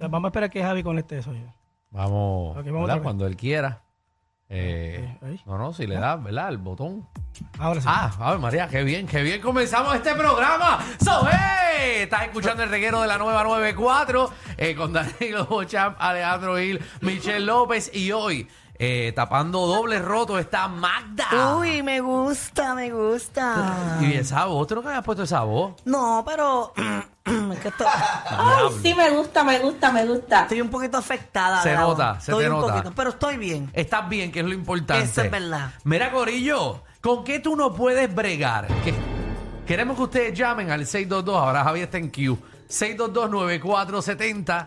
Vamos a esperar que Javi conecte eso yo. Vamos, Ok, vamos ¿verdad? otra vez. Cuando él quiera. Ahí. No, si le da, ¿verdad? El botón. Ahora sí. Ave María, qué bien comenzamos este programa. Estás escuchando el reguero de la nueva 94 con Danilo Bochamp, Alejandro Gil, Michelle López y hoy tapando doble roto está Magda. Uy, me gusta. Y esa voz, ¿tú no que habías puesto esa voz? No, pero es que Ay, sí, me gusta. estoy un poquito afectada. Se de la nota, voz. se Estoy te un nota. poquito, pero estoy bien. Estás bien, que es lo importante. Eso es verdad. Mira, Corillo, ¿con qué tú no puedes bregar? Queremos que ustedes llamen al 622, ahora Javier está en Q, 622-9470,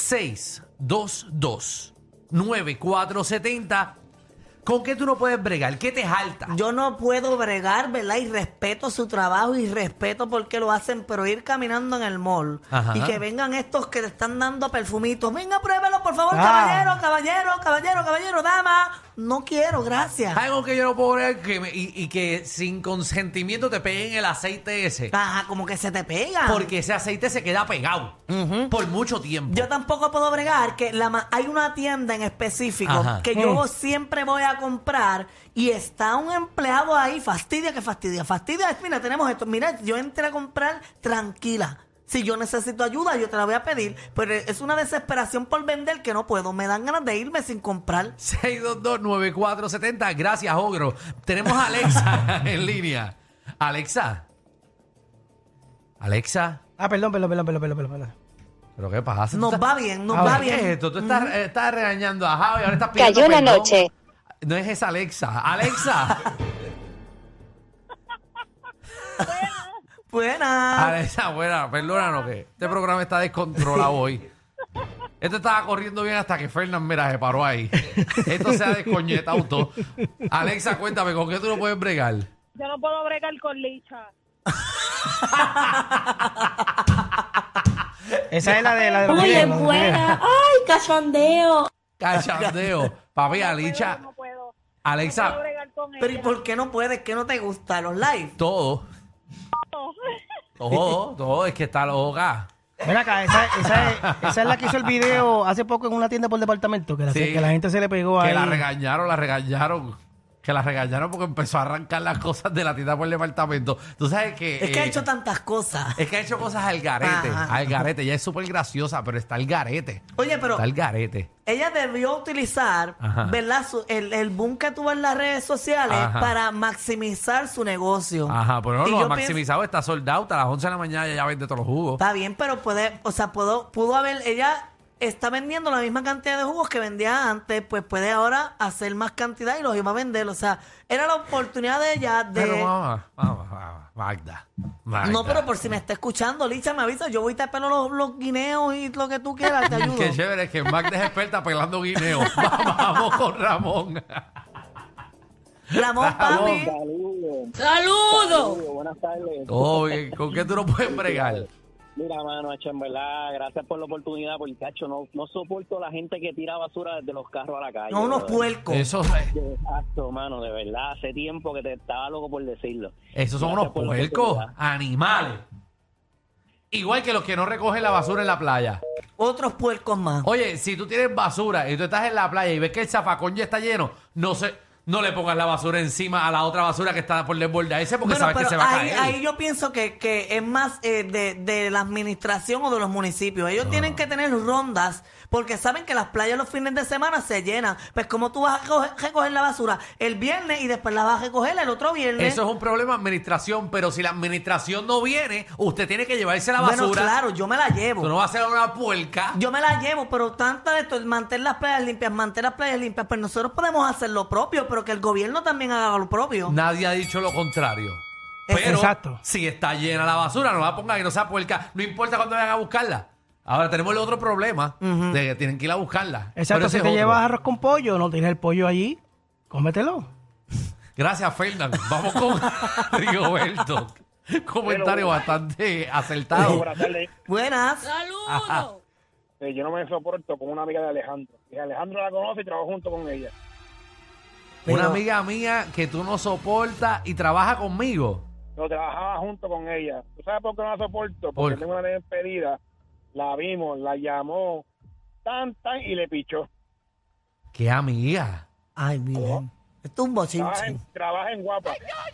622-9470. ¿Con qué tú no puedes bregar? ¿Qué te jalta? Yo no puedo bregar, ¿verdad? Y respeto su trabajo y respeto por qué lo hacen, pero ir caminando en el mall Ajá. y que vengan estos que le están dando perfumitos. Venga, pruébelo, por favor, Ah. caballero, dama. No quiero, gracias. Algo que yo no puedo bregar y que sin consentimiento te peguen el aceite ese. Ajá, como que se te pega. Porque ese aceite se queda pegado por mucho tiempo. Yo tampoco puedo bregar que hay una tienda en específico Ajá. que yo siempre voy a comprar y está un empleado ahí, fastidia. Mira, tenemos esto. Mira, yo entré a comprar tranquila. Si yo necesito ayuda, yo te la voy a pedir. Pero es una desesperación por vender que no puedo. Me dan ganas de irme sin comprar. 622-9470. Gracias, Ogro. Tenemos a Alexa en línea. Alexa. Perdón. ¿Pero qué pasa? Nos va bien, nos Ah, va bueno. ¿Qué es bien. esto? Tú estás regañando a Javi, ahora estás pidiendo Cayó la perdón. noche. No es esa Alexa. Alexa. Buena. Alexa, buena, perdónanos que este programa está descontrolado hoy. Esto estaba corriendo bien hasta que Fernan, mira, se paró ahí. Esto se ha descoñetado todo. Alexa, cuéntame, ¿con qué tú no puedes bregar? Yo no puedo bregar con Licha. Esa es la de los Uy, videos, es los buena. Ay, cachondeo. Cachandeo. Papi, Alicia, No puedo. No Alexa, puedo bregar con Pero ¿y ella. por qué no puedes? ¿Qué no te gusta? ¿Los live? todo. Todo, es que está loca. videos. Ven acá, esa es la que hizo el video hace poco en una tienda por departamento, que Sí. la gente se le pegó Que ahí. la regañaron. Que la regañaron porque empezó a arrancar las cosas de la tienda por el departamento. Tú sabes que... Es que ha hecho tantas cosas. Es que ha hecho cosas al garete. Ajá. Al garete. Ella es súper graciosa, pero está al garete. Oye, pero Está al garete. ella debió utilizar, Ajá. ¿verdad? El boom que tuvo en las redes sociales Ajá. para maximizar su negocio. Ajá, pero no Y lo ha yo maximizado. Está soldado. A las 11 de la mañana ya vende todos los jugos. Está bien, pero pudo haber, ella está vendiendo la misma cantidad de jugos que vendía antes, pues puede ahora hacer más cantidad y los iba a vender. O sea, era la oportunidad de ella de... Pero vamos, Magda. No, pero por si me está escuchando, Licha, me avisa, yo voy y te pelo los guineos y lo que tú quieras, te ayudo. Qué chévere, es que Magda es experta pelando guineos. Vamos con Ramón. Ramón, papi. ¡Saludos! Buenas tardes. Todo bien. ¿Con qué tú no puedes bregar? Mira, mano, Hacho, en verdad, gracias por la oportunidad, porque, Hacho, no soporto la gente que tira basura desde los carros a la calle. No, unos brother. puercos. Exacto, mano, de verdad, hace tiempo que te estaba loco por decirlo. Esos son Gracias unos por la puercos, oportunidad. animales. Igual que los que no recogen la basura en la playa. Otros puercos más. Oye, si tú tienes basura y tú estás en la playa y ves que el zafacón ya está lleno, no le pongas la basura encima a la otra basura que está por desbordarse porque Bueno, sabes que pero se va a ahí, caer. ahí yo pienso que es más de la administración o de los municipios. Ellos tienen que tener rondas porque saben que las playas los fines de semana se llenan. Pues como tú vas a recoger la basura el viernes y después la vas a recoger el otro viernes. Eso es un problema de administración, pero si la administración no viene, usted tiene que llevarse la basura. Bueno, claro, yo me la llevo. Tú no vas a hacer una puerca. Yo me la llevo, pero tanto de esto, mantener las playas limpias, pues nosotros podemos hacer lo propio, pero que el gobierno también haga lo propio. Nadie ha dicho lo contrario. Pero Exacto. si está llena la basura, no la pongan y no sea puerca. No importa cuándo vayan a buscarla. Ahora tenemos el otro problema de que tienen que ir a buscarla. Pero Exacto, ese si es te otro. llevas arroz con pollo, no tienes el pollo allí, cómetelo. Gracias, Fernando. Vamos con Rigoberto. Comentario bastante acertado. Buenas tardes. Buenas. ¡Saludos! Yo no me soporto con una amiga de Alejandro. Y Alejandro la conoce y trabajo junto con ella. Una Pero- amiga mía que tú no soportas y trabaja conmigo. Yo trabajaba junto con ella. ¿Tú sabes por qué no la soporto? ¿Por? Porque tengo una despedida. La vimos, la llamó tan, y le pichó. ¿Qué amiga? Ay, miren. Esto es un bochinche. Trabaja en Guapa.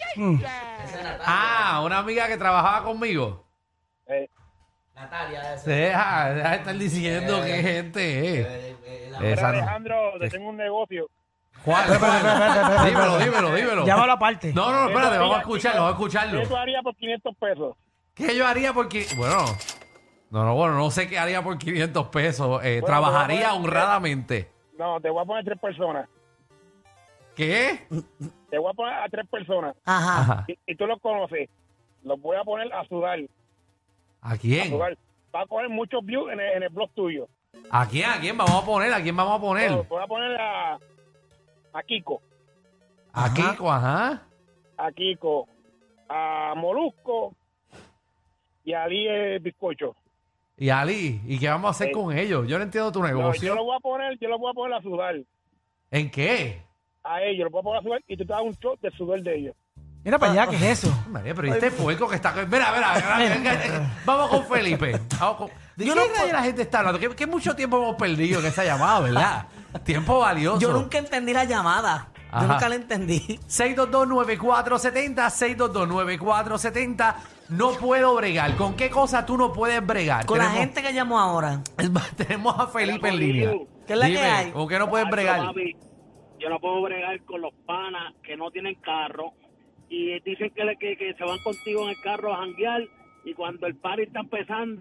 Una amiga que trabajaba conmigo. Natalia, Deja de estar diciendo qué gente es. Esa no. Alejandro, te tengo un negocio. ¿Cuál? Dímelo. Llámalo aparte. No, espérate, vamos a escucharlo. ¿Qué tú harías por 500 pesos? ¿Qué yo haría porque bueno, no sé qué haría por 500 pesos. Trabajaría honradamente. No, te voy a poner 3 personas. ¿Qué? Te voy a poner a 3 personas. Ajá. Y tú los conoces. Los voy a poner a sudar. ¿A quién? Va a coger muchos views en el blog tuyo. ¿A quién? ¿A quién vamos a poner? ¿A quién vamos a poner? No, voy a poner a Kiko. A Kiko, ajá. A Kiko. A Molusco. Y a Ali el Bizcocho. Y Ali, ¿y qué vamos a hacer con ellos? Yo no entiendo tu No, negocio. yo los voy a poner a sudar. ¿En qué? A ellos, los voy a poner a sudar y tú te das un shot de sudor de ellos. Mira para allá, ¿qué es eso? María, pero este puerco que está... Mira, vamos con Felipe. ¿De Yo qué no rayos la gente está hablando? ¿Qué mucho tiempo hemos perdido en esa llamada, verdad? Tiempo valioso. Yo nunca entendí la llamada. Ajá. Yo nunca la entendí. 622-9470, 622-9470. No puedo bregar. ¿Con qué cosa tú no puedes bregar? Con la gente que llamó ahora. Es más, tenemos a Felipe en línea. ¿Qué es la Dime, que hay? ¿con qué no puedes bregar? Papi, yo no puedo bregar con los panas que no tienen carro y dicen que se van contigo en el carro a janguear y cuando el party está empezando.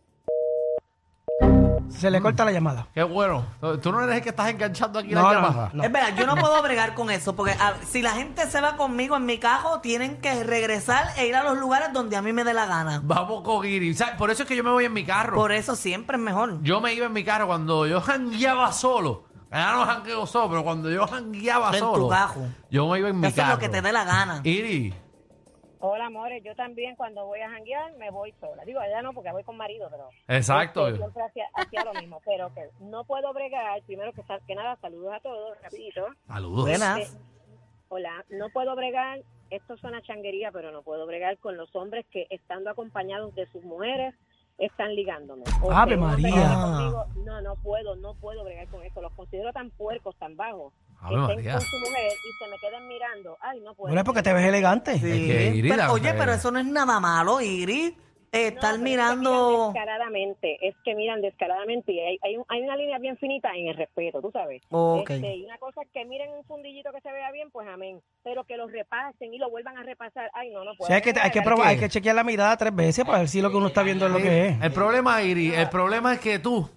Se le corta la llamada. Qué bueno. Tú no eres el que estás enganchando aquí No, la no, llamada. no. Es verdad, yo no puedo bregar con eso, porque si la gente se va conmigo en mi carro, tienen que regresar e ir a los lugares donde a mí me dé la gana. Vamos con Iri. ¿Sabes? Por eso es que yo me voy en mi carro. Por eso siempre es mejor. Yo me iba en mi carro cuando yo jangueaba solo. Ya no jangueo solo, pero cuando yo jangueaba En solo. tu carro. Yo me iba en mi Eso carro. es lo que te dé la gana. Iri. Hola, amores. Yo también cuando voy a janguear me voy sola. Digo, allá no, porque voy con marido, pero... Exacto. Siempre hacía lo mismo, pero que no puedo bregar. Primero que nada, saludos a todos, rapidito. Saludos. Buenas. Hola, no puedo bregar, esto suena changuería, pero no puedo bregar con los hombres que estando acompañados de sus mujeres están ligándome. O ¡Ave que uno María! pelee conmigo. No puedo bregar con eso. Los considero tan puercos, tan bajos. ¡Ave Que María! estén con su mujer y se me queden mirando. Ay, no puedo. Bueno, es porque te ves elegante. Sí. Es que Iri, Pero, la oye, mujer. pero eso no es nada malo, Iri. No, Estar pero mirando... es que miran descaradamente y hay una línea bien finita en el respeto, tú sabes. Ok. Y una cosa es que miren un fundillito que se vea bien, pues amén, pero que lo repasen y lo vuelvan a repasar, ay no puedo. O sea, hay que probar, hay que chequear la mirada 3 veces para ver si lo que uno está viendo es lo que es. El problema, Iri, el problema es que tú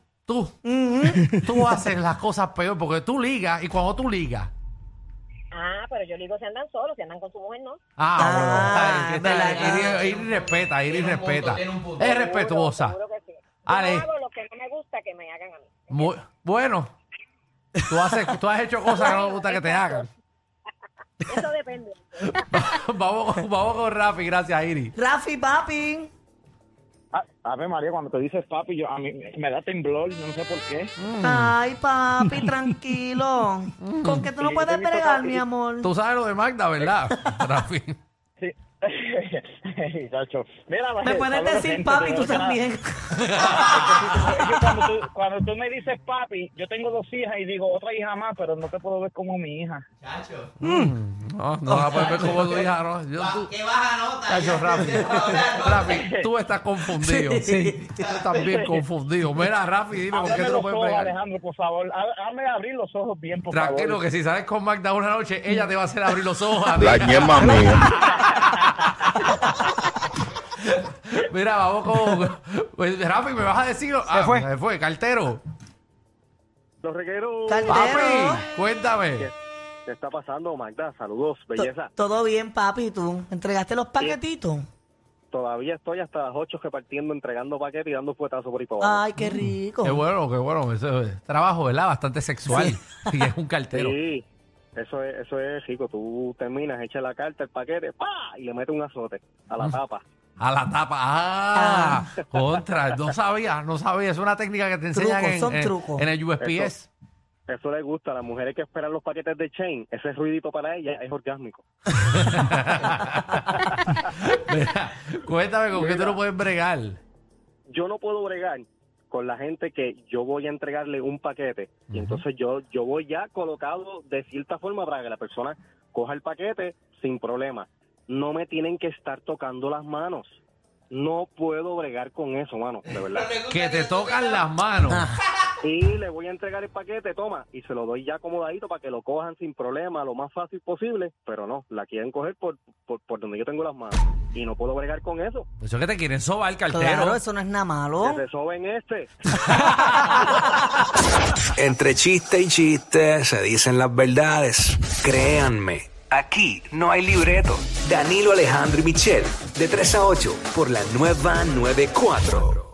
haces las cosas peor porque tú ligas y cuando tú ligas. Ah, pero yo digo si andan solos, si andan con su mujer, no. Ah, Bueno, verdad. Iri respeta, Iri respeta. tiene un punto. Es Seguro, respetuosa. seguro que sí. Yo Ale. no hago lo que no me gusta que me hagan a mí. Bueno, tú has hecho cosas que no me gusta que te hagan. Eso depende. vamos con Rafi, gracias, Iri. Rafi, papi. Ave María, cuando te dices papi, a mí me da temblor, yo no sé por qué. Ay, papi, tranquilo. ¿Con qué tú no Sí, puedes yo te he visto bregar, papi. mi amor? Tú sabes lo de Magda, ¿verdad, Rafi? Sí. Chacho. Mira, Me puedes saludos, decir gente, papi, tú primero que nada. también. Es que cuando tú me dices papi, yo tengo 2 hijas y digo otra hija más, pero no te puedo ver como mi hija. Chacho. No la puedes ver como tu hija, ¿no? ¿Qué baja nota? Chacho, Rafi, tú estás confundido. Sí. Tú estás bien confundido. Mira, Rafi, dime con qué Ábreme tú no los puedes ojos, pegar. Alejandro, por favor. Hazme abrir los ojos bien, por Tranquilo, favor. que si sales con Magda una noche, ella te va a hacer abrir los ojos a ti. La ñema mía. Mira, vamos con... Pues, Rafi, ¿me vas a decir? Se fue, cartero. Los regueros. Cartero. Papi, cuéntame. ¿Qué está pasando, Magda? Saludos, belleza. Todo bien, papi, ¿tú? ¿Entregaste los paquetitos? Todavía estoy hasta las 8 repartiendo, entregando paquetes y dando fuetazos por ahí para abajo. Ay, qué rico. Qué bueno. Eso es trabajo, ¿verdad? Bastante sexual. Y es un cartero. Sí, eso es rico. Tú terminas, echas la carta, el paquete, ¡pa! Y le metes un azote a la tapa. A la tapa. Contra. No sabía. Es una técnica que te enseñan Trucos, son trucos. en el USPS. Eso le gusta a las mujeres que esperan los paquetes de Chain. Ese ruidito para ella es orgásmico. Mira, cuéntame con qué tú no puedes bregar. Yo no puedo bregar con la gente que yo voy a entregarle un paquete y entonces yo voy ya colocado de cierta forma para que la persona coja el paquete sin problema. No me tienen que estar tocando las manos. No puedo bregar con eso, mano, de verdad. Que te tocan las manos. Y le voy a entregar el paquete, toma, y se lo doy ya acomodadito para que lo cojan sin problema, lo más fácil posible, pero no, la quieren coger por donde yo tengo las manos. Y no puedo bregar con eso. Eso que te quieren sobar, cartero. Claro, eso no es nada malo. Que se soben este. Entre chiste y chiste se dicen las verdades. Créanme, aquí no hay libreto. Danilo Alejandro y Michel, de 3 a 8, por la nueva 94.